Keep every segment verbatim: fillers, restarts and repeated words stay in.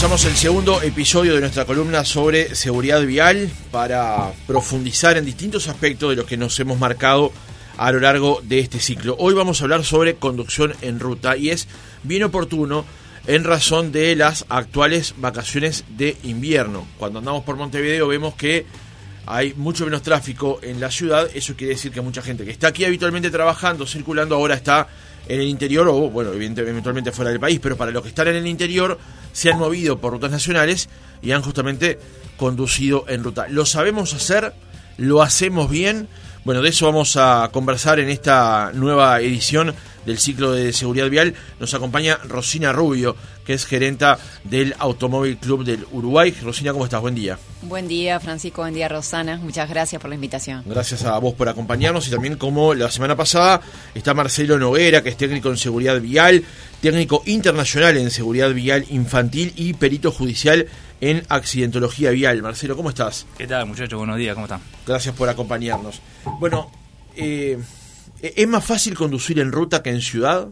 Comenzamos el segundo episodio de nuestra columna sobre seguridad vial para profundizar en distintos aspectos de los que nos hemos marcado a lo largo de este ciclo. Hoy vamos a hablar sobre conducción en ruta y es bien oportuno en razón de las actuales vacaciones de invierno. Cuando andamos por Montevideo vemos que hay mucho menos tráfico en la ciudad. Eso quiere decir que mucha gente que está aquí habitualmente trabajando, circulando, ahora está en el interior o, bueno, eventualmente fuera del país, pero para los que están en el interior se han movido por rutas nacionales y han justamente conducido en ruta. ¿Lo sabemos hacer? ¿Lo hacemos bien? Bueno, de eso vamos a conversar en esta nueva edición del ciclo de seguridad vial. Nos acompaña Rosina Rubio, que es gerenta del Automóvil Club del Uruguay. Rosina, ¿cómo estás? Buen día. Buen día, Francisco. Buen día, Rosana. Muchas gracias por la invitación. Gracias a vos por acompañarnos. Y también, como la semana pasada, está Marcelo Noguera, que es técnico en seguridad vial, técnico internacional en seguridad vial infantil y perito judicial en accidentología vial. Marcelo, ¿cómo estás? ¿Qué tal, muchachos? Buenos días, ¿cómo están? Gracias por acompañarnos. Bueno, eh, ¿es más fácil conducir en ruta que en ciudad?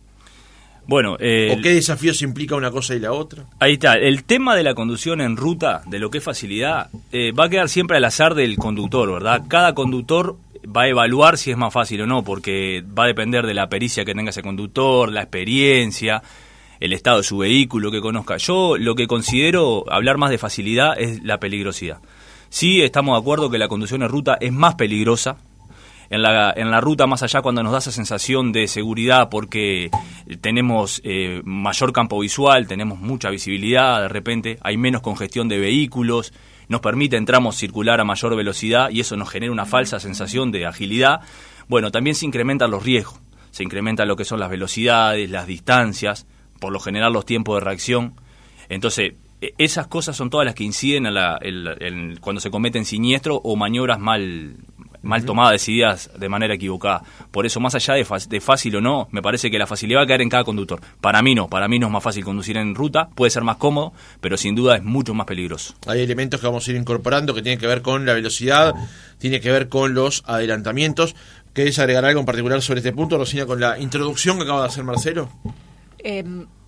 Bueno, eh, ¿o qué desafíos implica una cosa y la otra? Ahí está. El tema de la conducción en ruta, de lo que es facilidad, eh, va a quedar siempre al azar del conductor, ¿verdad? Cada conductor va a evaluar si es más fácil o no, porque va a depender de la pericia que tenga ese conductor, la experiencia, el estado de su vehículo que conozca. Yo lo que considero hablar más de facilidad es la peligrosidad. Sí, estamos de acuerdo que la conducción en ruta es más peligrosa. En la, en la ruta, más allá, cuando nos da esa sensación de seguridad porque tenemos eh, mayor campo visual, tenemos mucha visibilidad, de repente hay menos congestión de vehículos, nos permite en tramos circular a mayor velocidad y eso nos genera una falsa sensación de agilidad. Bueno, también se incrementan los riesgos, se incrementan lo que son las velocidades, las distancias, por lo general los tiempos de reacción. Entonces, esas cosas son todas las que inciden a la, el, el, cuando se cometen siniestros o maniobras mal mal tomadas, decididas de manera equivocada. Por eso, más allá de, de fácil o no, me parece que la facilidad va a caer en cada conductor. Para mí no, para mí no es más fácil conducir en ruta, puede ser más cómodo, pero sin duda es mucho más peligroso. Hay elementos que vamos a ir incorporando que tienen que ver con la velocidad, tiene que ver con los adelantamientos. ¿Querés agregar algo en particular sobre este punto, Rosina, con la introducción que acaba de hacer Marcelo? Eh,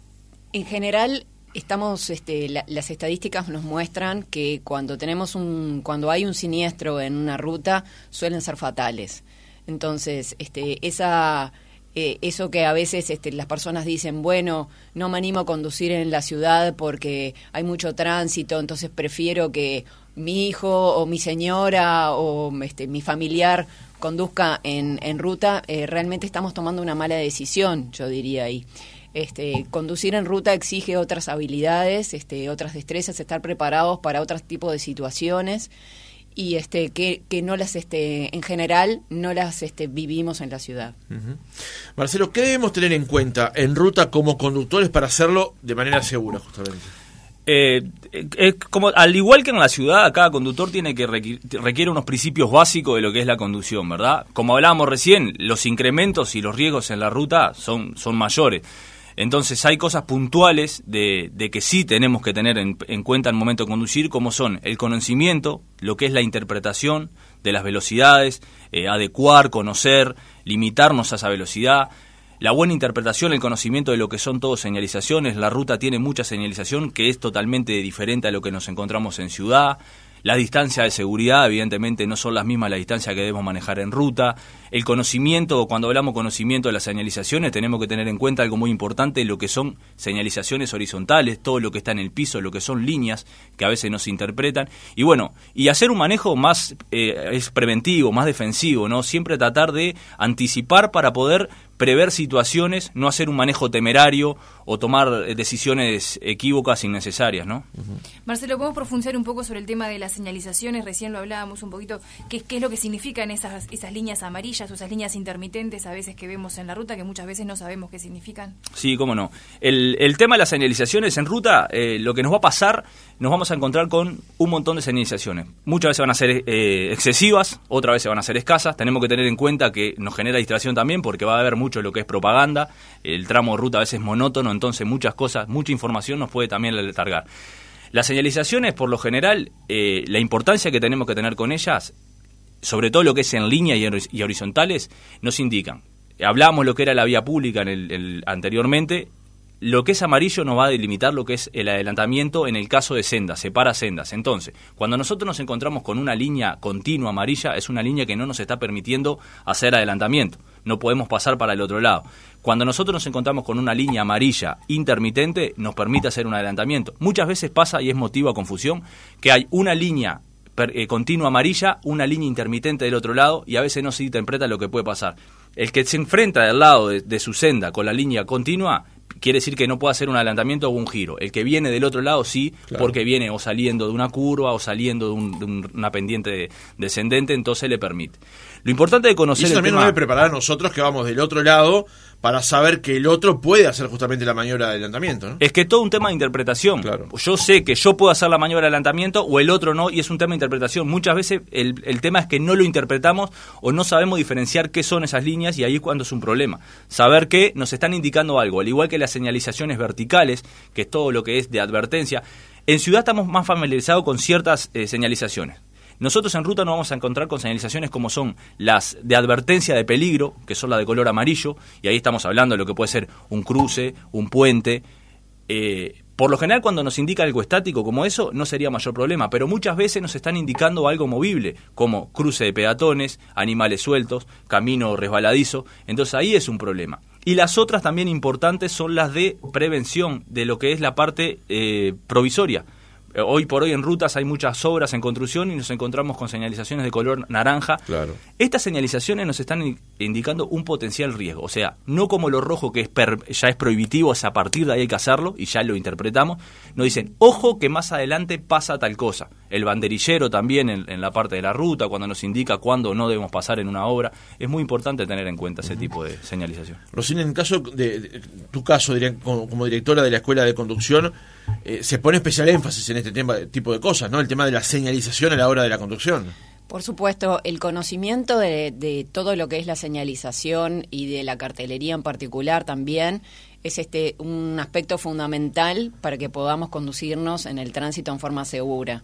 en general, estamos, este, la, las estadísticas nos muestran que cuando tenemos un, cuando hay un siniestro en una ruta suelen ser fatales. Entonces, este, esa, eh, eso que a veces este, las personas dicen, bueno, no me animo a conducir en la ciudad porque hay mucho tránsito, entonces prefiero que mi hijo o mi señora o este, mi familiar conduzca en, en ruta. Eh, realmente estamos tomando una mala decisión, yo diría ahí. Este, conducir en ruta exige otras habilidades, este, otras destrezas, estar preparados para otros tipos de situaciones y este, que, que no las, este, en general, no las este, vivimos en la ciudad. Uh-huh. Marcelo, ¿qué debemos tener en cuenta en ruta como conductores para hacerlo de manera segura, justamente? Eh, es como, al igual que en la ciudad, cada conductor tiene que requiere, requiere unos principios básicos de lo que es la conducción, ¿verdad? Como hablábamos recién, los incrementos y los riesgos en la ruta son, son mayores. Entonces hay cosas puntuales de, de que sí tenemos que tener en, en cuenta al momento de conducir, como son el conocimiento, lo que es la interpretación de las velocidades, eh, adecuar, conocer, limitarnos a esa velocidad, la buena interpretación, el conocimiento de lo que son todo señalizaciones. La ruta tiene mucha señalización que es totalmente diferente a lo que nos encontramos en ciudad. Las distancias de seguridad, evidentemente, no son las mismas las distancias que debemos manejar en ruta. El conocimiento, cuando hablamos conocimiento de las señalizaciones, tenemos que tener en cuenta algo muy importante, lo que son señalizaciones horizontales, todo lo que está en el piso, lo que son líneas que a veces no se interpretan. Y bueno, y hacer un manejo más eh, es preventivo, más defensivo, ¿no? Siempre tratar de anticipar para poder prever situaciones, no hacer un manejo temerario o tomar decisiones equívocas innecesarias, ¿no? Uh-huh. Marcelo, ¿podemos profundizar un poco sobre el tema de las señalizaciones? Recién lo hablábamos un poquito, ¿qué, qué es lo que significan esas, esas líneas amarillas o esas líneas intermitentes a veces que vemos en la ruta, que muchas veces no sabemos qué significan? Sí, cómo no. El, el tema de las señalizaciones en ruta, eh, lo que nos va a pasar, nos vamos a encontrar con un montón de señalizaciones. Muchas veces van a ser eh, excesivas, otras veces van a ser escasas. Tenemos que tener en cuenta que nos genera distracción también, porque va a haber mucho lo que es propaganda, el tramo de ruta a veces es monótono, entonces muchas cosas, mucha información nos puede también letargar. Las señalizaciones, por lo general, eh, la importancia que tenemos que tener con ellas, sobre todo lo que es en línea y, y horizontales, nos indican. Hablamos lo que era la vía pública en el, el, anteriormente, lo que es amarillo nos va a delimitar lo que es el adelantamiento en el caso de sendas, separa sendas. Entonces, cuando nosotros nos encontramos con una línea continua amarilla, es una línea que no nos está permitiendo hacer adelantamiento. No podemos pasar para el otro lado. Cuando nosotros nos encontramos con una línea amarilla intermitente, nos permite hacer un adelantamiento. Muchas veces pasa, y es motivo a confusión, que hay una línea per, eh, continua amarilla, una línea intermitente del otro lado, y a veces no se interpreta lo que puede pasar. El que se enfrenta del lado de, de su senda con la línea continua quiere decir que no puede hacer un adelantamiento o un giro. El que viene del otro lado sí, claro, porque viene o saliendo de una curva o saliendo de, un, de un, una pendiente descendente, entonces le permite. Lo importante de conocer y eso el también tema, nos debe preparar a nosotros que vamos del otro lado para saber que el otro puede hacer justamente la maniobra de adelantamiento, ¿no? Es que todo un tema de interpretación. Claro. Yo sé que yo puedo hacer la maniobra de adelantamiento o el otro no, y es un tema de interpretación. Muchas veces el, el tema es que no lo interpretamos o no sabemos diferenciar qué son esas líneas, y ahí es cuando es un problema. Saber que nos están indicando algo, al igual que las señalizaciones verticales, que es todo lo que es de advertencia. En ciudad estamos más familiarizados con ciertas eh, señalizaciones. Nosotros en ruta nos vamos a encontrar con señalizaciones como son las de advertencia de peligro, que son las de color amarillo, y ahí estamos hablando de lo que puede ser un cruce, un puente. Eh, por lo general, cuando nos indica algo estático como eso, no sería mayor problema, pero muchas veces nos están indicando algo movible, como cruce de peatones, animales sueltos, camino resbaladizo, entonces ahí es un problema. Y las otras también importantes son las de prevención, de lo que es la parte eh, provisoria. Hoy por hoy en rutas hay muchas obras en construcción y nos encontramos con señalizaciones de color naranja. Claro. Estas señalizaciones nos están indicando un potencial riesgo, o sea, no como lo rojo que es per, ya es prohibitivo, o sea, a partir de ahí hay que hacerlo y ya lo interpretamos. Nos dicen, ojo que más adelante pasa tal cosa. El banderillero también en, en la parte de la ruta, cuando nos indica cuándo no debemos pasar en una obra. Es muy importante tener en cuenta ese uh-huh. tipo de señalización. Rosina, en caso de, de tu caso como, como directora de la Escuela de Conducción, eh, se pone especial énfasis en este tema, tipo de cosas, ¿no? El tema de la señalización a la hora de la conducción. Por supuesto, el conocimiento de, de todo lo que es la señalización y de la cartelería en particular también es este un aspecto fundamental para que podamos conducirnos en el tránsito en forma segura.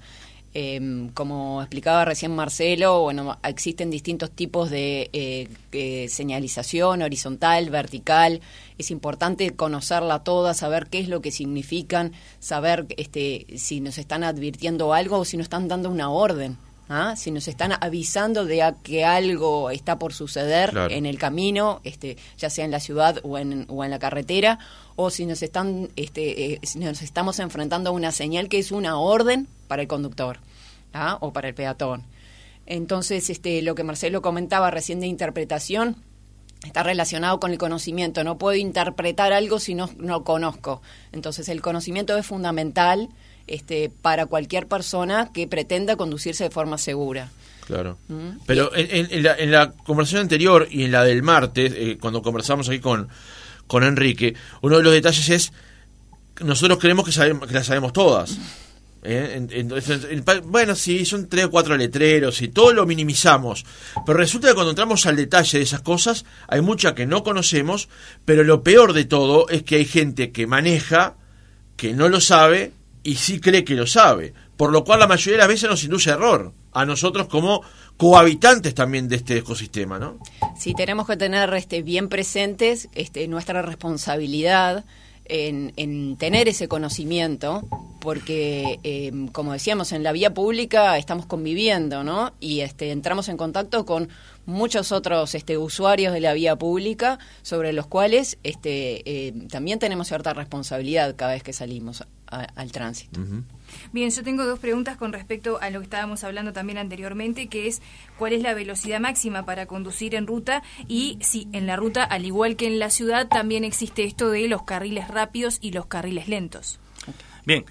Eh, como explicaba recién Marcelo, bueno, existen distintos tipos de eh, eh, señalización horizontal, vertical. Es importante conocerla toda, saber qué es lo que significan, saber este, si nos están advirtiendo algo o si nos están dando una orden. ¿Ah? Si nos están avisando de a que algo está por suceder, claro, en el camino, este, ya sea en la ciudad o en, o en la carretera, o si nos están, este, eh, si nos estamos enfrentando a una señal que es una orden para el conductor, ¿ah? O para el peatón. Entonces, este, lo que Marcelo comentaba recién de interpretación está relacionado con el conocimiento. No puedo interpretar algo si no no conozco. Entonces, el conocimiento es fundamental. Este, para cualquier persona que pretenda conducirse de forma segura. Claro. ¿Mm? Pero en, en, en, la, en la conversación anterior y en la del martes, eh, cuando conversamos aquí con, con Enrique, uno de los detalles es nosotros creemos que, sabemos, que las sabemos todas. ¿Eh? En, en, en, en, bueno, sí, son tres o cuatro letreros y todo lo minimizamos. Pero resulta que cuando entramos al detalle de esas cosas, hay mucha que no conocemos, pero lo peor de todo es que hay gente que maneja, que no lo sabe, y sí cree que lo sabe, por lo cual la mayoría de las veces nos induce a error, a nosotros como cohabitantes también de este ecosistema, ¿no? Sí, tenemos que tener este, bien presentes este, nuestra responsabilidad en, en tener ese conocimiento, porque, eh, como decíamos, en la vía pública estamos conviviendo, ¿no? Y este, entramos en contacto con muchos otros este, usuarios de la vía pública, sobre los cuales este, eh, también tenemos cierta responsabilidad cada vez que salimos a, al tránsito. Uh-huh. Bien, yo tengo dos preguntas con respecto a lo que estábamos hablando también anteriormente, que es cuál es la velocidad máxima para conducir en ruta y si en la ruta, al igual que en la ciudad, también existe esto de los carriles rápidos y los carriles lentos. Bien,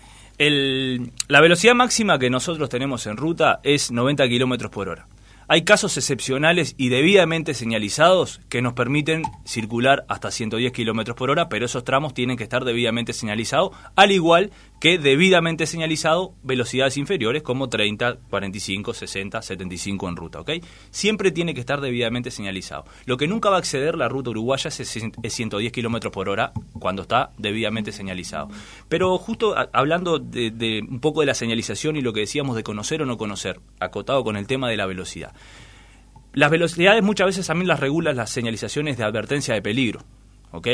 el, la velocidad máxima que nosotros tenemos en ruta es noventa kilómetros por hora. Hay casos excepcionales y debidamente señalizados que nos permiten circular hasta ciento diez kilómetros por hora, pero esos tramos tienen que estar debidamente señalizados, al igual que debidamente señalizado velocidades inferiores como treinta, cuarenta y cinco, sesenta, setenta y cinco en ruta, ¿ok? Siempre tiene que estar debidamente señalizado. Lo que nunca va a exceder la ruta uruguaya es, es ciento diez kilómetros por hora cuando está debidamente señalizado. Pero justo a, hablando de, de un poco de la señalización y lo que decíamos de conocer o no conocer, acotado con el tema de la velocidad. Las velocidades muchas veces también las regulan las señalizaciones de advertencia de peligro, ¿ok?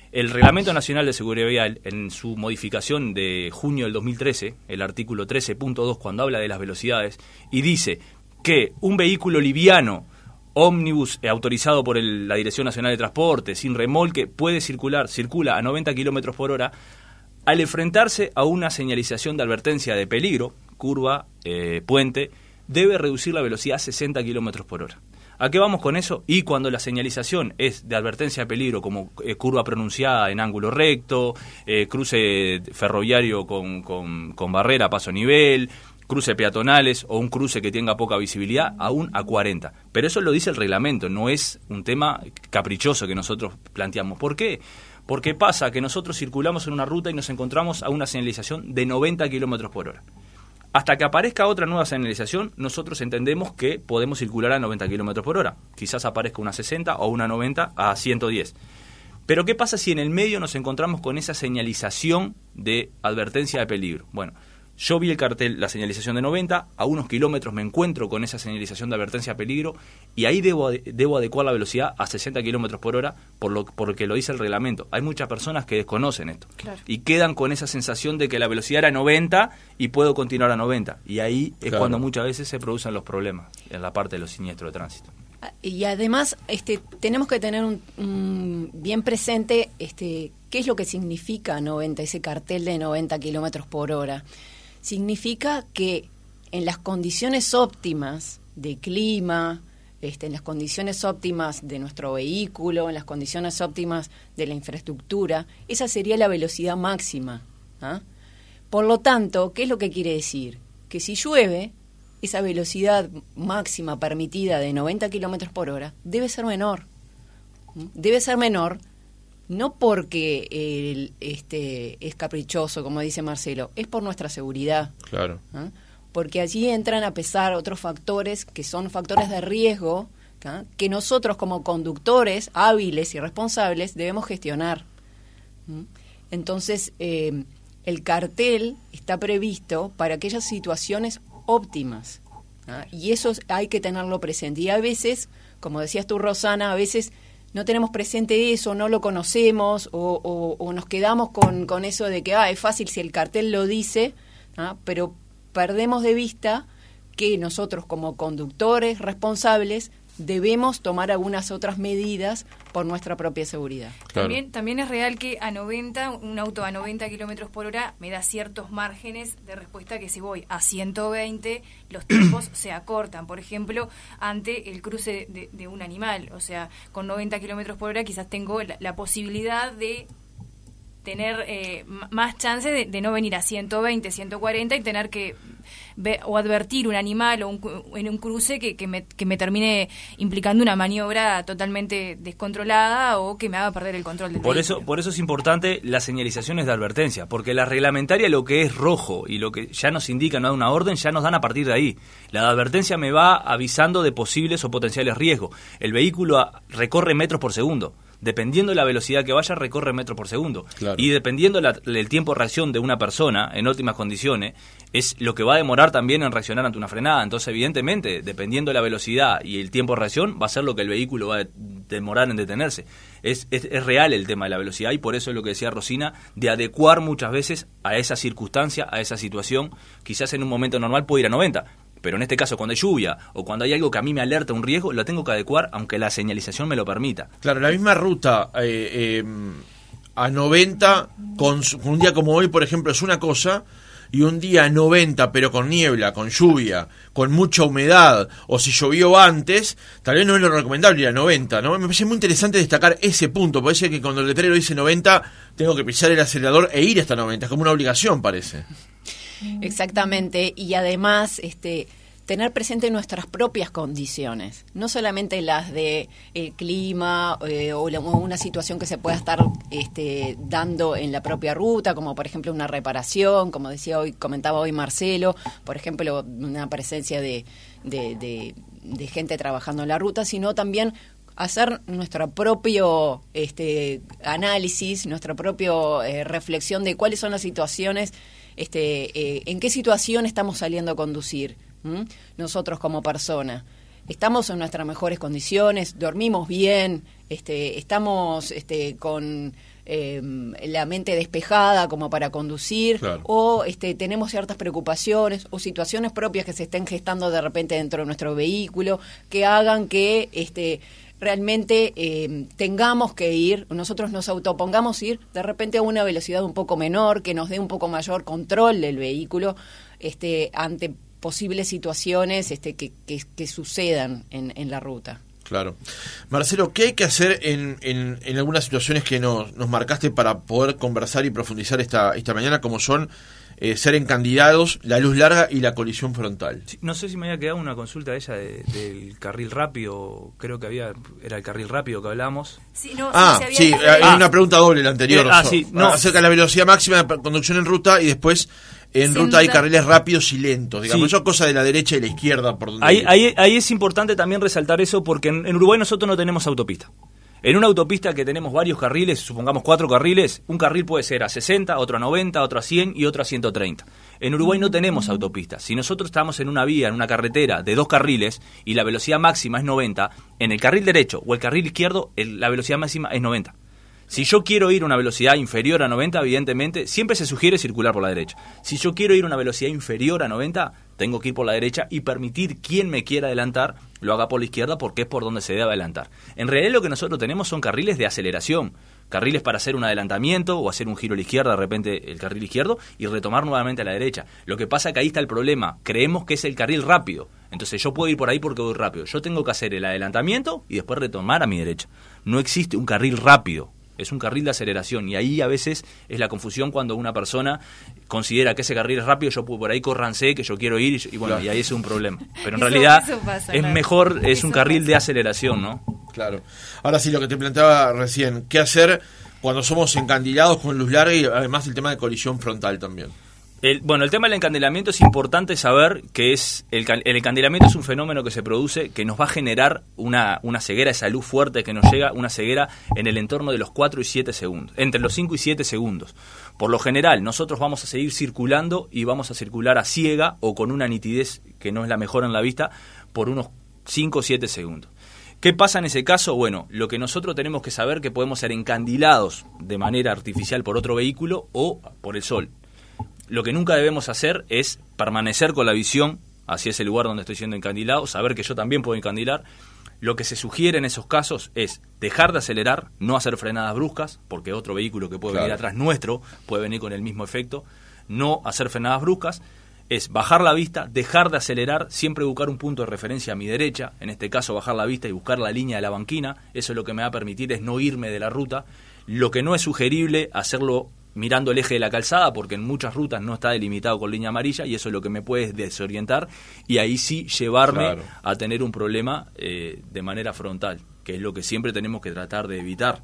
El Reglamento Nacional de Seguridad Vial, en su modificación de junio del dos mil trece, el artículo trece punto dos, cuando habla de las velocidades, y dice que un vehículo liviano, ómnibus eh, autorizado por el, la Dirección Nacional de Transporte, sin remolque, puede circular, circula a noventa kilómetros por hora, al enfrentarse a una señalización de advertencia de peligro, curva, eh, puente, debe reducir la velocidad a sesenta kilómetros por hora. ¿A qué vamos con eso? Y cuando la señalización es de advertencia de peligro, como eh, curva pronunciada en ángulo recto, eh, cruce ferroviario con, con, con barrera, paso a nivel, cruce peatonales o un cruce que tenga poca visibilidad, aún a cuarenta. Pero eso lo dice el reglamento, no es un tema caprichoso que nosotros planteamos. ¿Por qué? Porque pasa que nosotros circulamos en una ruta y nos encontramos a una señalización de noventa kilómetros por hora. Hasta que aparezca otra nueva señalización, nosotros entendemos que podemos circular a noventa kilómetros por hora. Quizás aparezca una sesenta o una noventa a ciento diez. Pero ¿qué pasa si en el medio nos encontramos con esa señalización de advertencia de peligro? Bueno, yo vi el cartel, la señalización de noventa, a unos kilómetros me encuentro con esa señalización de advertencia de peligro y ahí debo, debo adecuar la velocidad a sesenta kilómetros por hora por lo, porque lo dice el reglamento. Hay muchas personas que desconocen esto, claro, y quedan con esa sensación de que la velocidad era noventa y puedo continuar a noventa. Y ahí es claro, cuando muchas veces se producen los problemas en la parte de los siniestros de tránsito. Y además este, tenemos que tener un, un bien presente este, qué es lo que significa noventa, ese cartel de noventa kilómetros por hora. Significa que en las condiciones óptimas de clima, este, en las condiciones óptimas de nuestro vehículo, en las condiciones óptimas de la infraestructura, esa sería la velocidad máxima. ¿Ah? Por lo tanto, ¿qué es lo que quiere decir? Que si llueve, esa velocidad máxima permitida de noventa kilómetros por hora debe ser menor. Debe ser menor no porque el, este, es caprichoso, como dice Marcelo, es por nuestra seguridad. Claro. ¿Ah? Porque allí entran a pesar otros factores que son factores de riesgo, ¿ah? que nosotros como conductores hábiles y responsables debemos gestionar. ¿Mm? Entonces, eh, el cartel está previsto para aquellas situaciones óptimas, ¿ah? y eso hay que tenerlo presente. Y a veces, como decías tú, Rosana, a veces no tenemos presente eso, no lo conocemos o, o, o nos quedamos con, con eso de que ah, es fácil si el cartel lo dice, ¿ah? pero perdemos de vista que nosotros como conductores responsables debemos tomar algunas otras medidas por nuestra propia seguridad. Claro. También, también es real que a noventa, un auto a noventa kilómetros por hora me da ciertos márgenes de respuesta que si voy a ciento veinte, los tiempos se acortan. Por ejemplo, ante el cruce de, de un animal. O sea, con noventa kilómetros por hora quizás tengo la, la posibilidad de tener eh, más chance de, de no venir a ciento veinte, ciento cuarenta y tener que ver o advertir un animal o un, en un cruce que, que, me, que me termine implicando una maniobra totalmente descontrolada o que me haga perder el control del por vehículo. eso Por eso es importante las señalizaciones de advertencia, porque la reglamentaria lo que es rojo y lo que ya nos indica, no da una orden, ya nos dan a partir de ahí. La de advertencia me va avisando de posibles o potenciales riesgos. El vehículo recorre metros por segundo. Dependiendo de la velocidad que vaya, recorre metros por segundo. Claro. Y dependiendo la, el tiempo de reacción de una persona en óptimas condiciones, es lo que va a demorar también en reaccionar ante una frenada. Entonces, evidentemente, dependiendo de la velocidad y el tiempo de reacción, va a ser lo que el vehículo va a demorar en detenerse. Es, es, es real el tema de la velocidad y por eso es lo que decía Rosina, de adecuar muchas veces a esa circunstancia, a esa situación. Quizás en un momento normal puedo ir a noventa. Pero en este caso, cuando hay lluvia o cuando hay algo que a mí me alerta un riesgo, lo tengo que adecuar aunque la señalización me lo permita. Claro, la misma ruta eh, eh, a noventa, con, con un día como hoy, por ejemplo, es una cosa, y un día a noventa, pero con niebla, con lluvia, con mucha humedad, o si llovió antes, tal vez no es lo recomendable ir a noventa, ¿no? Me parece muy interesante destacar ese punto, parece que cuando el letrero dice noventa, tengo que pisar el acelerador e ir hasta noventa, es como una obligación, parece. Exactamente, y además este tener presente nuestras propias condiciones, no solamente las de el clima eh, o, la, o una situación que se pueda estar este, dando en la propia ruta, como por ejemplo una reparación, como decía hoy, comentaba hoy Marcelo, por ejemplo una presencia de, de, de, de gente trabajando en la ruta, sino también hacer nuestro propio este, análisis, nuestra propia eh, reflexión de cuáles son las situaciones. Este, eh, ¿En qué situación estamos saliendo a conducir? ¿Mm? Nosotros como persona. ¿Estamos en nuestras mejores condiciones? ¿Dormimos bien? Este, ¿Estamos este, con eh, la mente despejada como para conducir, claro. o este, tenemos ciertas preocupaciones o situaciones propias que se estén gestando de repente dentro de nuestro vehículo que hagan que este, realmente eh, tengamos que ir, nosotros nos autopongamos ir de repente a una velocidad un poco menor, que nos dé un poco mayor control del vehículo este, ante posibles situaciones este, que, que, que sucedan en, en la ruta. Claro. Marcelo, ¿qué hay que hacer en, en, en algunas situaciones que nos, nos marcaste para poder conversar y profundizar esta, esta mañana, como son eh, ser encandilados, la luz larga y la colisión frontal? Sí, no sé si me había quedado una consulta de ella de, del carril rápido, creo que había era el carril rápido que hablamos. Sí, no, ah, sí, sí, hay ah, una pregunta doble la anterior. Eh, ah, sí, no. Acerca de la velocidad máxima de conducción en ruta y después... En Sin ruta hay duda. carriles rápidos y lentos, digamos, Sí. eso es cosa de la derecha y la izquierda. Por donde Ahí, ahí, ahí es importante también resaltar eso porque en, en Uruguay nosotros no tenemos autopista. En una autopista que tenemos varios carriles, supongamos cuatro carriles, un carril puede ser a sesenta, otro a noventa, otro a cien y otro a ciento treinta. En Uruguay no tenemos autopista. Si nosotros estamos en una vía, en una carretera de dos carriles y la velocidad máxima es noventa, en el carril derecho o el carril izquierdo el, la velocidad máxima es noventa. Si yo quiero ir a una velocidad inferior a noventa, evidentemente, siempre se sugiere circular por la derecha. Si yo quiero ir a una velocidad inferior a noventa, tengo que ir por la derecha y permitir quien me quiera adelantar lo haga por la izquierda porque es por donde se debe adelantar. En realidad lo que nosotros tenemos son carriles de aceleración, carriles para hacer un adelantamiento o hacer un giro a la izquierda, de repente el carril izquierdo, y retomar nuevamente a la derecha. Lo que pasa es que ahí está el problema, creemos que es el carril rápido, entonces yo puedo ir por ahí porque voy rápido. Yo tengo que hacer el adelantamiento y después retomar a mi derecha. No existe un carril rápido. Es un carril de aceleración y ahí a veces es la confusión cuando una persona considera que ese carril es rápido, yo puedo por ahí córranse, que yo quiero ir y, y bueno, claro. y ahí es un problema. Pero en Eso- realidad eso pasa, es claro. mejor, es Eso un carril pasa. de aceleración, ¿no? Claro. Ahora sí, lo que te planteaba recién, ¿qué hacer cuando somos encandilados con luz larga y además el tema de colisión frontal también? El, bueno, el tema del encandilamiento es importante saber que es el, can- el encandilamiento es un fenómeno que se produce que nos va a generar una, una ceguera, esa luz fuerte que nos llega, una ceguera en el entorno de los cuatro y siete segundos, entre los cinco y siete segundos. Por lo general, nosotros vamos a seguir circulando y vamos a circular a ciega o con una nitidez que no es la mejor en la vista por unos cinco o siete segundos. ¿Qué pasa en ese caso? Bueno, lo que nosotros tenemos que saber que podemos ser encandilados de manera artificial por otro vehículo o por el sol. Lo que nunca debemos hacer es permanecer con la visión hacia ese lugar donde estoy siendo encandilado, saber que yo también puedo encandilar. Lo que se sugiere en esos casos es dejar de acelerar, no hacer frenadas bruscas, porque otro vehículo que puede Claro. venir atrás nuestro puede venir con el mismo efecto. No hacer frenadas bruscas, es bajar la vista, dejar de acelerar, siempre buscar un punto de referencia a mi derecha, en este caso bajar la vista y buscar la línea de la banquina. Eso es lo que me va a permitir es no irme de la ruta. Lo que no es sugerible hacerlo mirando el eje de la calzada, porque en muchas rutas no está delimitado con línea amarilla y eso es lo que me puede desorientar y ahí sí llevarme Claro. a tener un problema eh, de manera frontal, que es lo que siempre tenemos que tratar de evitar.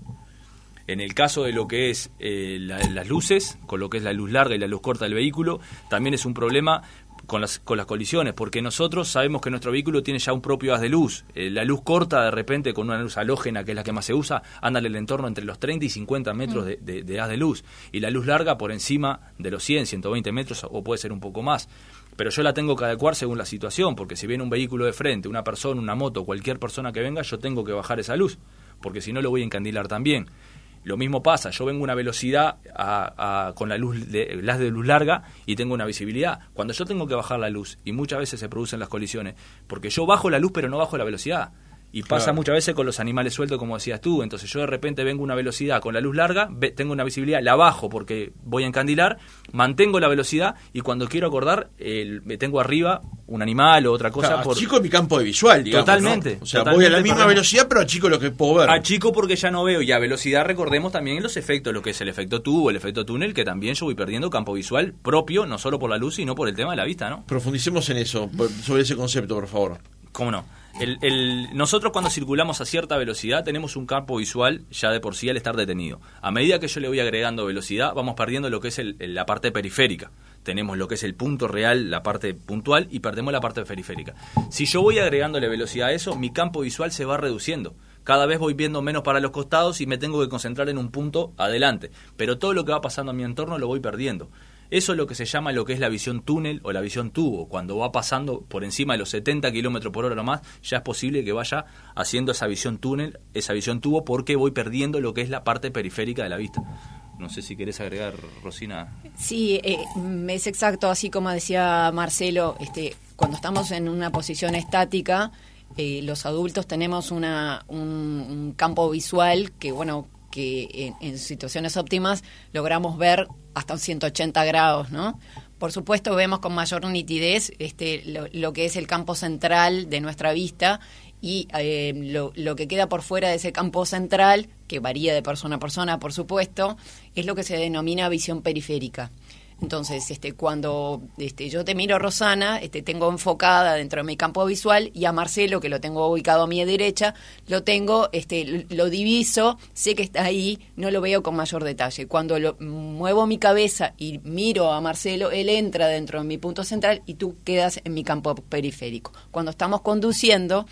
En el caso de lo que es eh, la- las luces, con lo que es la luz larga y la luz corta del vehículo, también es un problema con las, con las colisiones, porque nosotros sabemos que nuestro vehículo tiene ya un propio haz de luz. Eh, la luz corta, de repente, con una luz halógena, que es la que más se usa, anda en el entorno entre los treinta y cincuenta metros de, de, de haz de luz. Y la luz larga por encima de los cien, ciento veinte metros, o puede ser un poco más. Pero yo la tengo que adecuar según la situación, porque si viene un vehículo de frente, una persona, una moto, cualquier persona que venga, yo tengo que bajar esa luz, porque si no lo voy a encandilar también. Lo mismo pasa, yo vengo a una velocidad a, a, con la luz de, las de luz larga y tengo una visibilidad. Cuando yo tengo que bajar la luz, y muchas veces se producen las colisiones, porque yo bajo la luz pero no bajo la velocidad. Y pasa Claro. muchas veces con los animales sueltos, como decías tú. Entonces yo de repente vengo a una velocidad con la luz larga, ve, tengo una visibilidad, la bajo porque voy a encandilar, mantengo la velocidad y cuando quiero acordar, eh, me tengo arriba un animal o otra cosa. Claro, por... achico mi campo de visual, digamos, Totalmente, ¿no? O sea, totalmente voy a la misma perdemos. velocidad, pero achico lo que puedo ver. A chico porque ya no veo, y a velocidad recordemos también los efectos, lo que es el efecto tubo, el efecto túnel, que también yo voy perdiendo campo visual propio, no solo por la luz, sino por el tema de la vista, ¿no? Profundicemos en eso, por- sobre ese concepto, por favor. ¿Cómo no? El, el, nosotros cuando circulamos a cierta velocidad tenemos un campo visual ya de por sí al estar detenido. A medida que yo le voy agregando velocidad, vamos perdiendo lo que es el, el- la parte periférica. Tenemos lo que es el punto real, la parte puntual, y perdemos la parte periférica. Si yo voy agregándole velocidad a eso, mi campo visual se va reduciendo. Cada vez voy viendo menos para los costados y me tengo que concentrar en un punto adelante. Pero todo lo que va pasando a mi entorno lo voy perdiendo. Eso es lo que se llama lo que es la visión túnel o la visión tubo. Cuando va pasando por encima de los setenta kilómetros por hora o más, ya es posible que vaya haciendo esa visión túnel, esa visión tubo, porque voy perdiendo lo que es la parte periférica de la vista. No sé si querés agregar, Rosina. Sí, eh, es exacto, así como decía Marcelo, este, cuando estamos en una posición estática, eh, los adultos tenemos una, un, un campo visual que, bueno, que en, en situaciones óptimas logramos ver hasta un ciento ochenta grados, ¿no? Por supuesto vemos con mayor nitidez este, lo, lo que es el campo central de nuestra vista y eh, lo, lo que queda por fuera de ese campo central, que varía de persona a persona, por supuesto, es lo que se denomina visión periférica. Entonces, este, cuando este, yo te miro, Rosana, este, tengo enfocada dentro de mi campo visual, y a Marcelo, que lo tengo ubicado a mi derecha, lo tengo, este, lo diviso, sé que está ahí, no lo veo con mayor detalle. Cuando lo, muevo mi cabeza y miro a Marcelo, él entra dentro de mi punto central y tú quedas en mi campo periférico. Cuando estamos conduciendo,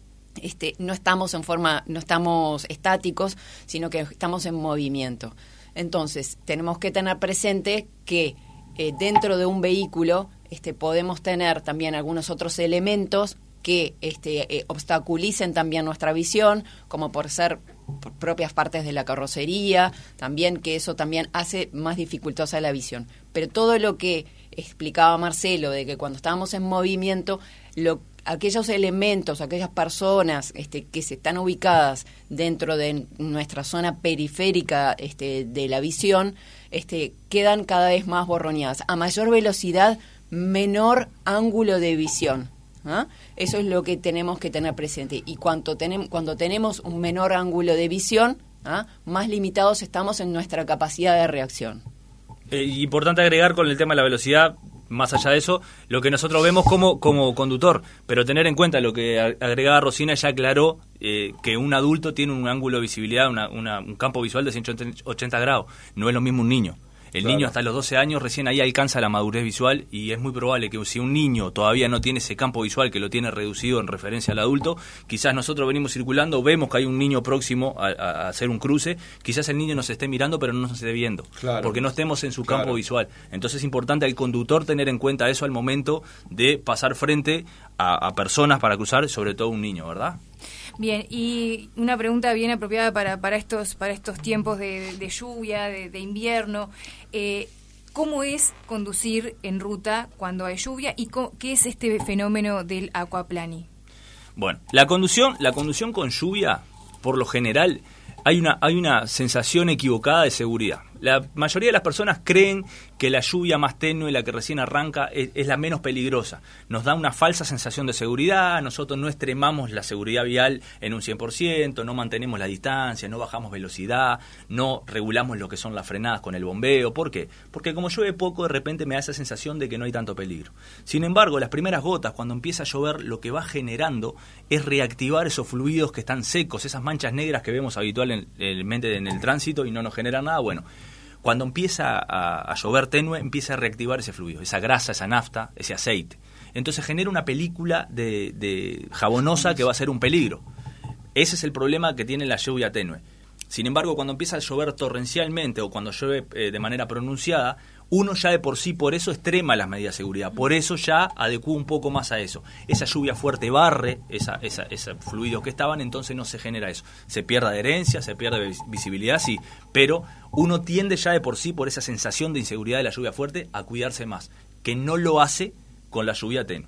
este, no estamos en forma, no estamos estáticos, sino que estamos en movimiento. Entonces, tenemos que tener presente que eh, dentro de un vehículo este, podemos tener también algunos otros elementos que este, eh, obstaculicen también nuestra visión, como por ser p- propias partes de la carrocería, también que eso también hace más dificultosa la visión. Pero todo lo que explicaba Marcelo, de que cuando estábamos en movimiento, lo aquellos elementos, aquellas personas este, que se están ubicadas dentro de nuestra zona periférica este, de la visión, este, quedan cada vez más borroneadas. A mayor velocidad, menor ángulo de visión. ¿Ah? Eso es lo que tenemos que tener presente. Y cuando, tenem- cuando tenemos un menor ángulo de visión, ¿ah? más limitados estamos en nuestra capacidad de reacción. Eh, importante agregar con el tema de la velocidad, más allá de eso, lo que nosotros vemos como, como conductor, pero tener en cuenta lo que agregaba Rosina, ya aclaró eh, que un adulto tiene un ángulo de visibilidad, una, una, un campo visual de ciento ochenta grados, no es lo mismo un niño. El claro. niño hasta los doce años recién ahí alcanza la madurez visual, y es muy probable que si un niño todavía no tiene ese campo visual, que lo tiene reducido en referencia al adulto, quizás nosotros venimos circulando, vemos que hay un niño próximo a, a, a hacer un cruce, quizás el niño nos esté mirando pero no nos esté viendo, claro. porque no estemos en su claro. campo visual. Entonces es importante al conductor tener en cuenta eso al momento de pasar frente a, a personas para cruzar, sobre todo un niño, ¿verdad? Bien, y una pregunta bien apropiada para, para estos para estos tiempos de, de lluvia, de, de invierno. Eh, ¿Cómo es conducir en ruta cuando hay lluvia y co- qué es este fenómeno del aquaplaning? Bueno, la conducción, la conducción con lluvia, por lo general, hay una, hay una sensación equivocada de seguridad. La mayoría de las personas creen que la lluvia más tenue, la que recién arranca, es, es la menos peligrosa. Nos da una falsa sensación de seguridad, nosotros no extremamos la seguridad vial en un cien por ciento, no mantenemos la distancia, no bajamos velocidad, no regulamos lo que son las frenadas con el bombeo. ¿Por qué? Porque como llueve poco, de repente me da esa sensación de que no hay tanto peligro. Sin embargo, las primeras gotas, cuando empieza a llover, lo que va generando es reactivar esos fluidos que están secos, esas manchas negras que vemos habitualmente en el tránsito y no nos generan nada bueno. Cuando empieza a, a llover tenue, empieza a reactivar ese fluido, esa grasa, esa nafta, ese aceite. Entonces genera una película de, de jabonosa que va a ser un peligro. Ese es el problema que tiene la lluvia tenue. Sin embargo, cuando empieza a llover torrencialmente o cuando llueve eh, de manera pronunciada, uno ya de por sí, por eso extrema las medidas de seguridad, por eso ya adecúa un poco más a eso. Esa lluvia fuerte barre esa, esa, esos fluidos que estaban, entonces no se genera eso. Se pierde adherencia, se pierde visibilidad, sí, pero uno tiende ya de por sí, por esa sensación de inseguridad de la lluvia fuerte, a cuidarse más, que no lo hace con la lluvia tenue.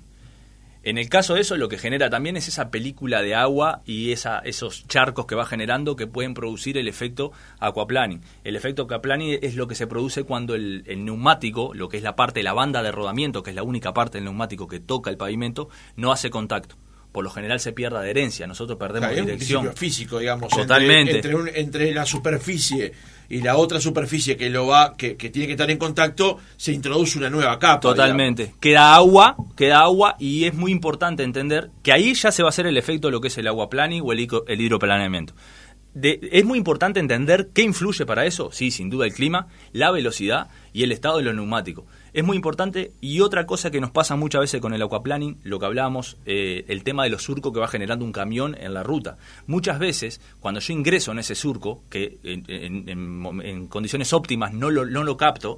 En el caso de eso, lo que genera también es esa película de agua y esa, esos charcos que va generando que pueden producir el efecto aquaplaning. El efecto aquaplaning es lo que se produce cuando el, el neumático, lo que es la parte de la banda de rodamiento, que es la única parte del neumático que toca el pavimento, no hace contacto. Por lo general se pierde adherencia, nosotros perdemos claro, dirección. Es un principio físico, digamos. Totalmente. Entre, entre, un, entre la superficie y la otra superficie que lo va que, que tiene que estar en contacto, se introduce una nueva capa. Totalmente. Digamos. Queda agua, queda agua y es muy importante entender que ahí ya se va a hacer el efecto de lo que es el aquaplaning o el, el hidroplaneamiento. De, es muy importante entender qué influye para eso, sí, sin duda el clima, la velocidad y el estado de los neumáticos. Es muy importante, y otra cosa que nos pasa muchas veces con el aquaplaning, lo que hablábamos, eh, el tema de los surcos que va generando un camión en la ruta. Muchas veces, cuando yo ingreso en ese surco, que en, en, en, en condiciones óptimas no lo, no lo capto,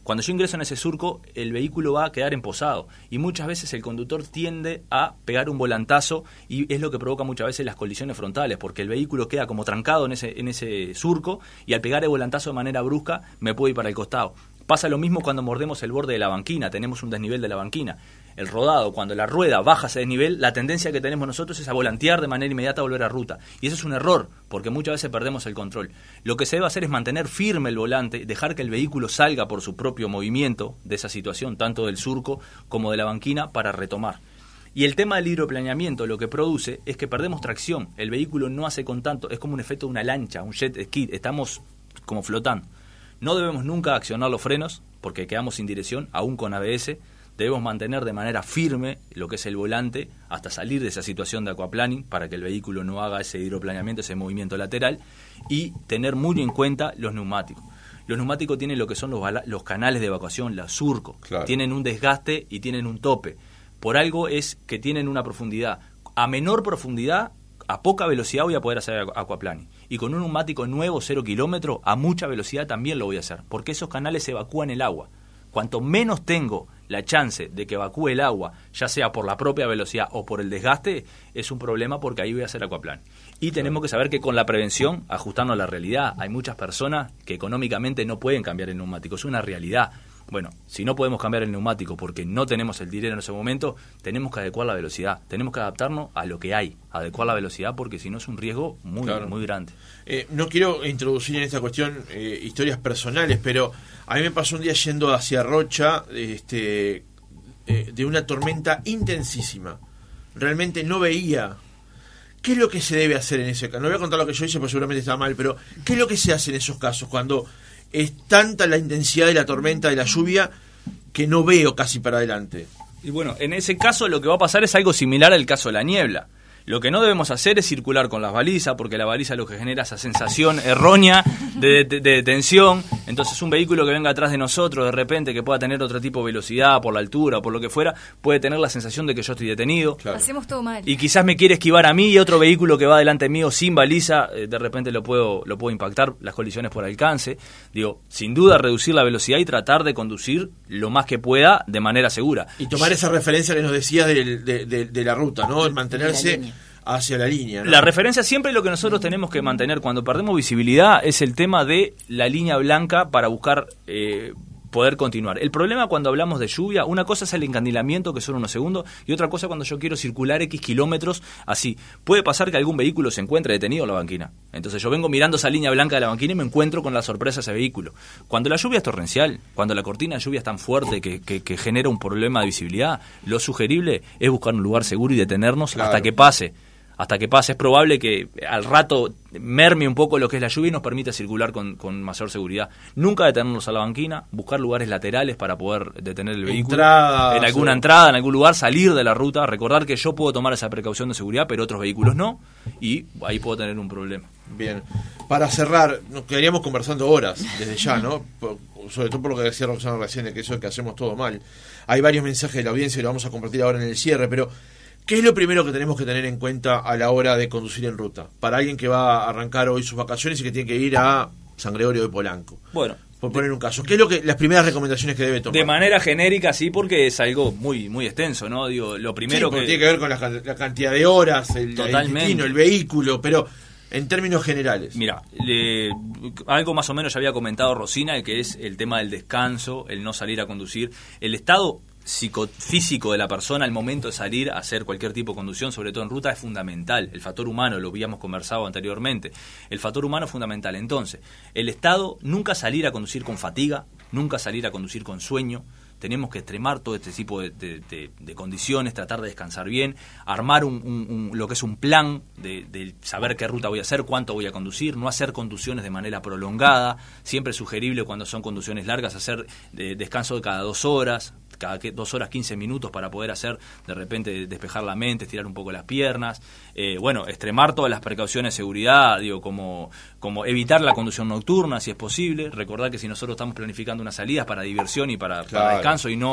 Cuando yo ingreso en ese surco, el vehículo va a quedar emposado y muchas veces el conductor tiende a pegar un volantazo y es lo que provoca muchas veces las colisiones frontales, porque el vehículo queda como trancado en ese, en ese surco y al pegar el volantazo de manera brusca me puedo ir para el costado. Pasa lo mismo cuando mordemos el borde de la banquina, tenemos un desnivel de la banquina. El rodado, cuando la rueda baja ese desnivel, la tendencia que tenemos nosotros es a volantear de manera inmediata a volver a ruta. Y eso es un error, porque muchas veces perdemos el control. Lo que se debe hacer es mantener firme el volante, dejar que el vehículo salga por su propio movimiento de esa situación, tanto del surco como de la banquina, para retomar. Y el tema del hidroplaneamiento lo que produce es que perdemos tracción. El vehículo no hace con tanto, es como un efecto de una lancha, un jet ski, estamos como flotando. No debemos nunca accionar los frenos, porque quedamos sin dirección, aún con A B S. Debemos mantener de manera firme lo que es el volante hasta salir de esa situación de aquaplaning para que el vehículo no haga ese hidroplaneamiento, ese movimiento lateral, y tener muy en cuenta los neumáticos. Los neumáticos tienen lo que son los, bala- los canales de evacuación, los surcos, claro. Tienen un desgaste y tienen un tope. Por algo es que tienen una profundidad. A menor profundidad, a poca velocidad voy a poder hacer aquaplaning. Y con un neumático nuevo, cero kilómetros, a mucha velocidad también lo voy a hacer, porque esos canales evacúan el agua. Cuanto menos tengo la chance de que evacúe el agua, ya sea por la propia velocidad o por el desgaste, es un problema porque ahí voy a hacer aquaplaning. Y tenemos que saber que con la prevención, ajustarnos a la realidad, hay muchas personas que económicamente no pueden cambiar el neumático, es una realidad. Bueno, si no podemos cambiar el neumático porque no tenemos el dinero en ese momento, tenemos que adecuar la velocidad, tenemos que adaptarnos a lo que hay, adecuar la velocidad porque si no es un riesgo muy, claro. muy grande. Eh, no quiero introducir en esta cuestión eh, historias personales, pero a mí me pasó un día yendo hacia Rocha este, eh, de una tormenta intensísima. Realmente no veía. ¿Qué es lo que se debe hacer en ese caso? No voy a contar lo que yo hice porque seguramente está mal, pero ¿qué es lo que se hace en esos casos cuando es tanta la intensidad de la tormenta, de la lluvia, que no veo casi para adelante? Y bueno, en ese caso lo que va a pasar es algo similar al caso de la niebla. Lo que no debemos hacer es circular con las balizas, porque la baliza lo que genera esa sensación errónea de, de, de detención. Entonces un vehículo que venga atrás de nosotros, de repente, que pueda tener otro tipo de velocidad, por la altura o por lo que fuera, puede tener la sensación de que yo estoy detenido. Claro. Hacemos todo mal. Y quizás me quiere esquivar a mí y otro vehículo que va delante mío sin baliza, eh, de repente lo puedo, lo puedo impactar, las colisiones por alcance. Digo, sin duda reducir la velocidad y tratar de conducir lo más que pueda de manera segura. Y tomar esa referencia que nos decías de, de, de, de la ruta, ¿no? El mantenerse hacia la línea, ¿no? La referencia siempre lo que nosotros tenemos que mantener cuando perdemos visibilidad es el tema de la línea blanca para buscar eh, poder continuar. El problema cuando hablamos de lluvia, una cosa es el encandilamiento, que son unos segundos, y otra cosa cuando yo quiero circular X kilómetros así. Puede pasar que algún vehículo se encuentre detenido en la banquina. Entonces yo vengo mirando esa línea blanca de la banquina y me encuentro con la sorpresa de ese vehículo. Cuando la lluvia es torrencial, cuando la cortina de lluvia es tan fuerte que, que, que genera un problema de visibilidad, lo sugerible es buscar un lugar seguro y detenernos claro. hasta que pase. Hasta que pase, es probable que al rato merme un poco lo que es la lluvia y nos permita circular con, con mayor seguridad. Nunca detenernos a la banquina, buscar lugares laterales para poder detener el vehículo. Entrada, en alguna sí. entrada, en algún lugar, salir de la ruta, recordar que yo puedo tomar esa precaución de seguridad, pero otros vehículos no, y ahí puedo tener un problema. Bien, para cerrar, nos quedaríamos conversando horas desde ya, ¿no? Por, sobre todo por lo que decía Roxana recién, de que eso es que hacemos todo mal. Hay varios mensajes de la audiencia y lo vamos a compartir ahora en el cierre, pero ¿qué es lo primero que tenemos que tener en cuenta a la hora de conducir en ruta? Para alguien que va a arrancar hoy sus vacaciones y que tiene que ir a San Gregorio de Polanco. Bueno, por poner un caso, ¿qué es lo que las primeras recomendaciones que debe tomar? De manera genérica, sí, porque es algo muy muy extenso, ¿no? Digo, lo primero sí, que tiene que ver con la, la cantidad de horas, el, el destino, el vehículo, pero en términos generales. Mira, le, algo más o menos ya había comentado Rosina, que es el tema del descanso, el no salir a conducir, el estado psicofísico de la persona al momento de salir a hacer cualquier tipo de conducción, sobre todo en ruta, es fundamental. El factor humano, lo habíamos conversado anteriormente, el factor humano es fundamental. Entonces, el estado, nunca salir a conducir con fatiga, nunca salir a conducir con sueño. Tenemos que extremar todo este tipo de, de, de, de condiciones, tratar de descansar bien, armar un, un, un, lo que es un plan de, de saber qué ruta voy a hacer, cuánto voy a conducir, no hacer conducciones de manera prolongada, siempre es sugerible cuando son conducciones largas hacer de, descanso de cada dos horas, cada dos horas quince minutos para poder hacer, de repente despejar la mente, estirar un poco las piernas, eh, bueno, extremar todas las precauciones de seguridad, digo, como, como evitar la conducción nocturna si es posible, recordar que si nosotros estamos planificando unas salidas para diversión y para, claro. para descanso y no,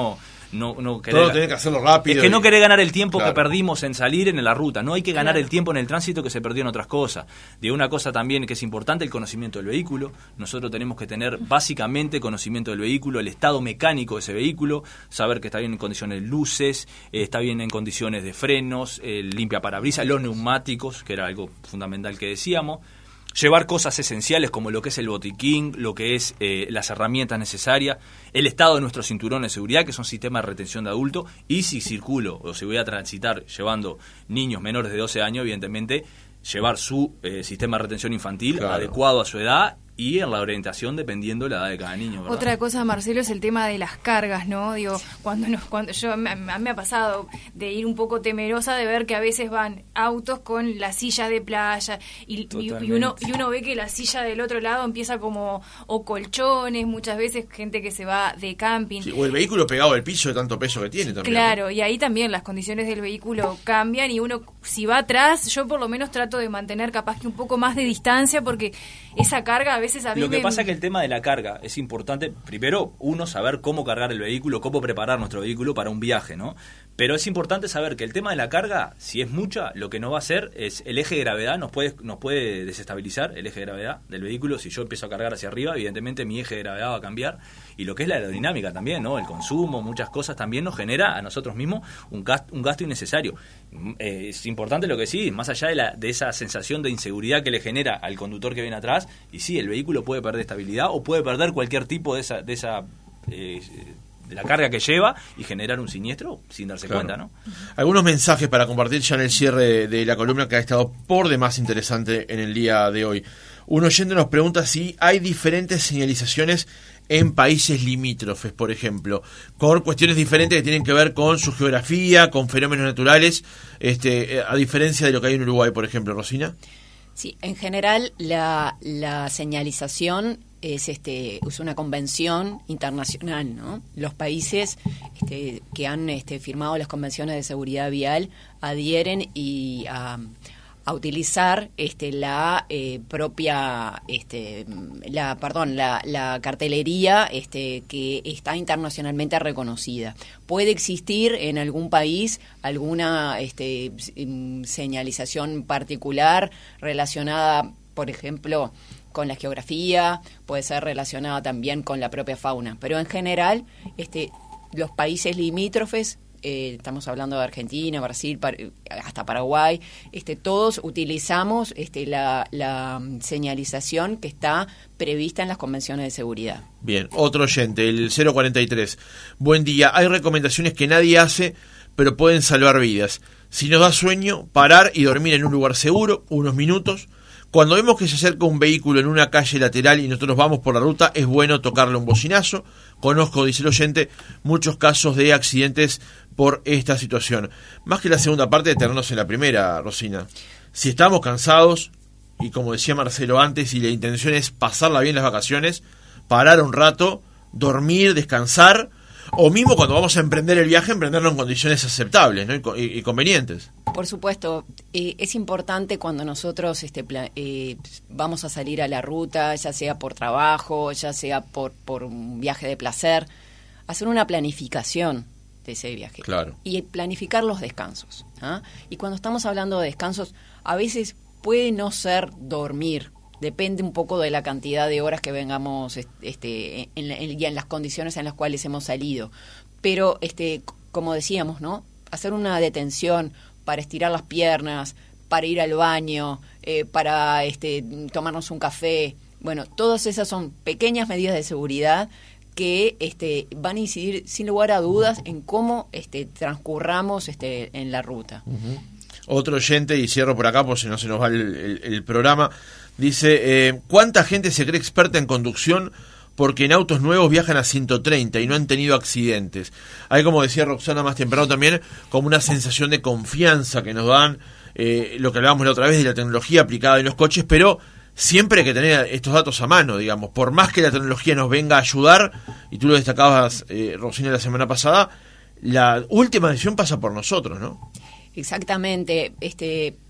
no, no querer... Todo tener que hacerlo rápido. Es que no y... querer ganar el tiempo claro. que perdimos en salir en la ruta. No hay que ganar Claro. el tiempo en el tránsito que se perdió en otras cosas. De una cosa también que es importante, el conocimiento del vehículo. Nosotros tenemos que tener básicamente conocimiento del vehículo, el estado mecánico de ese vehículo, saber que está bien en condiciones de luces, eh, está bien en condiciones de frenos, eh, limpia parabrisas, los neumáticos, que era algo fundamental que decíamos. Llevar cosas esenciales como lo que es el botiquín, lo que es eh, las herramientas necesarias, el estado de nuestros cinturones de seguridad, que son sistemas de retención de adulto, y si circulo o si voy a transitar llevando niños menores de doce años, evidentemente llevar su eh, sistema de retención infantil claro. adecuado a su edad y en la orientación dependiendo de la edad de cada niño, ¿verdad? Otra cosa, Marcelo, es el tema de las cargas, ¿no? Digo, cuando nos, cuando yo me, me ha pasado de ir un poco temerosa de ver que a veces van autos con la silla de playa y, y, y uno y uno ve que la silla del otro lado empieza como o colchones, muchas veces gente que se va de camping. Sí, o el vehículo pegado al piso de tanto peso que tiene también. Claro, ¿no? y ahí también las condiciones del vehículo cambian y uno, si va atrás, yo por lo menos trato de mantener capaz que un poco más de distancia porque esa carga a veces a mí Lo que me... pasa es que el tema de la carga es importante, primero, uno, saber cómo cargar el vehículo, cómo preparar nuestro vehículo para un viaje, ¿no? Pero es importante saber que el tema de la carga, si es mucha, lo que no va a hacer es el eje de gravedad, nos puede, nos puede desestabilizar el eje de gravedad del vehículo. Si yo empiezo a cargar hacia arriba, evidentemente mi eje de gravedad va a cambiar. Y lo que es la aerodinámica también, ¿no? El consumo, muchas cosas también nos genera a nosotros mismos un gasto, un gasto innecesario. Eh, es importante lo que sí, más allá de, la, de esa sensación de inseguridad que le genera al conductor que viene atrás, y sí, el vehículo puede perder estabilidad o puede perder cualquier tipo de esa... De esa eh, de la carga que lleva y generar un siniestro sin darse claro. cuenta, ¿no? Algunos mensajes para compartir ya en el cierre de, de la columna que ha estado por demás interesante en el día de hoy. Un oyente nos pregunta si hay diferentes señalizaciones en países limítrofes, por ejemplo, con cuestiones diferentes que tienen que ver con su geografía, con fenómenos naturales, este, a diferencia de lo que hay en Uruguay, por ejemplo, Rosina. Sí, en general la, la señalización es este es una convención internacional, ¿no? Los países este, que han este, firmado las convenciones de seguridad vial adhieren y a, a utilizar este la eh, propia este la perdón la, la cartelería este que está internacionalmente reconocida. Puede existir en algún país alguna este señalización particular relacionada, por ejemplo, con la geografía, puede ser relacionada también con la propia fauna, pero en general este los países limítrofes, eh, estamos hablando de Argentina, Brasil, par, hasta Paraguay, este todos utilizamos este la, la señalización que está prevista en las convenciones de seguridad. Bien, otro oyente, el cero cuarenta y tres. Buen día, hay recomendaciones que nadie hace, pero pueden salvar vidas. Si nos da sueño, parar y dormir en un lugar seguro, unos minutos. Cuando vemos que se acerca un vehículo en una calle lateral y nosotros vamos por la ruta, es bueno tocarle un bocinazo. Conozco, dice el oyente, muchos casos de accidentes por esta situación. Más que la segunda parte, detenernos en la primera, Rosina. Si estamos cansados, y como decía Marcelo antes, y la intención es pasarla bien las vacaciones, parar un rato, dormir, descansar, o mismo cuando vamos a emprender el viaje, emprenderlo en condiciones aceptables, ¿no? y, y convenientes. Por supuesto, eh, es importante cuando nosotros este, pla- eh, vamos a salir a la ruta, ya sea por trabajo, ya sea por, por un viaje de placer, hacer una planificación de ese viaje. Claro. Y planificar los descansos. ¿Ah? Y cuando estamos hablando de descansos, a veces puede no ser dormir. Depende un poco de la cantidad de horas que vengamos este, en, en, y en las condiciones en las cuales hemos salido. Pero, este, como decíamos, ¿no? Hacer una detención para estirar las piernas, para ir al baño, eh, para este, tomarnos un café. Bueno, todas esas son pequeñas medidas de seguridad que este, van a incidir sin lugar a dudas en cómo este, transcurramos este, en la ruta. Uh-huh. Otro oyente, y cierro por acá por si no se nos va el, el, el programa, dice, eh, ¿cuánta gente se cree experta en conducción porque en autos nuevos viajan a ciento treinta y no han tenido accidentes? Hay, como decía Roxana más temprano también, como una sensación de confianza que nos dan, eh, lo que hablábamos la otra vez de la tecnología aplicada en los coches, pero siempre hay que tener estos datos a mano, digamos, por más que la tecnología nos venga a ayudar, y tú lo destacabas, eh, Rosina, la semana pasada, la última decisión pasa por nosotros, ¿no? Exactamente, este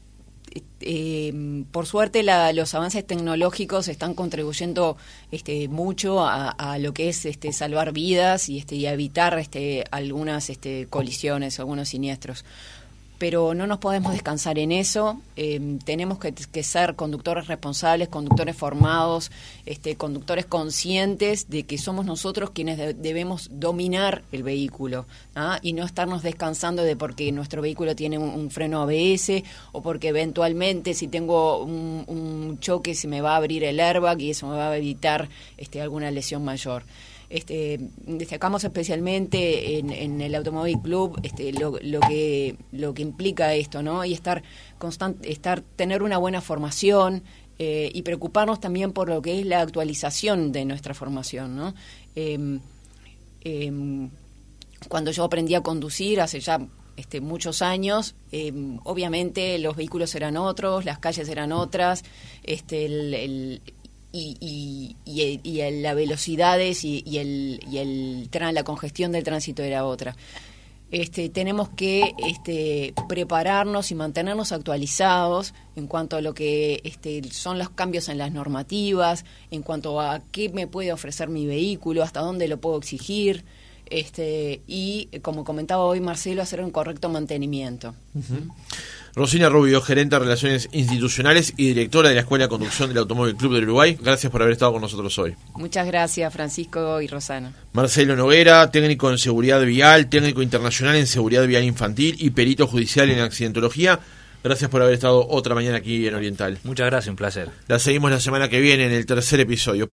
eh, por suerte la, los avances tecnológicos están contribuyendo este, mucho a, a lo que es este, salvar vidas y, este, y a evitar este, algunas este, colisiones, algunos siniestros. Pero no nos podemos descansar en eso, eh, tenemos que, que ser conductores responsables, conductores formados, este, conductores conscientes de que somos nosotros quienes de, debemos dominar el vehículo, ¿ah? Y no estarnos descansando de porque nuestro vehículo tiene un, un freno A B S o porque eventualmente si tengo un, un choque se me va a abrir el airbag y eso me va a evitar este, alguna lesión mayor. Este, destacamos especialmente en, en el Automóvil Club este, lo, lo que lo que implica esto, ¿no? Y estar constante, estar tener una buena formación eh, y preocuparnos también por lo que es la actualización de nuestra formación, ¿no? Eh, eh, cuando yo aprendí a conducir hace ya este, muchos años, eh, obviamente los vehículos eran otros, las calles eran otras, este, el, el Y, y, y, y el, las velocidades y, y, el, y el, la congestión del tránsito era otra. Este, tenemos que este, prepararnos y mantenernos actualizados en cuanto a lo que este, son los cambios en las normativas, en cuanto a qué me puede ofrecer mi vehículo, hasta dónde lo puedo exigir, este, y, como comentaba hoy Marcelo, hacer un correcto mantenimiento. Uh-huh. Rosina Rubio, gerente de Relaciones Institucionales y directora de la Escuela de Conducción del Automóvil Club del Uruguay. Gracias por haber estado con nosotros hoy. Muchas gracias, Francisco y Rosana. Marcelo Noguera, técnico en seguridad vial, técnico internacional en seguridad vial infantil y perito judicial en accidentología. Gracias por haber estado otra mañana aquí en Oriental. Muchas gracias, un placer. La seguimos la semana que viene en el tercer episodio.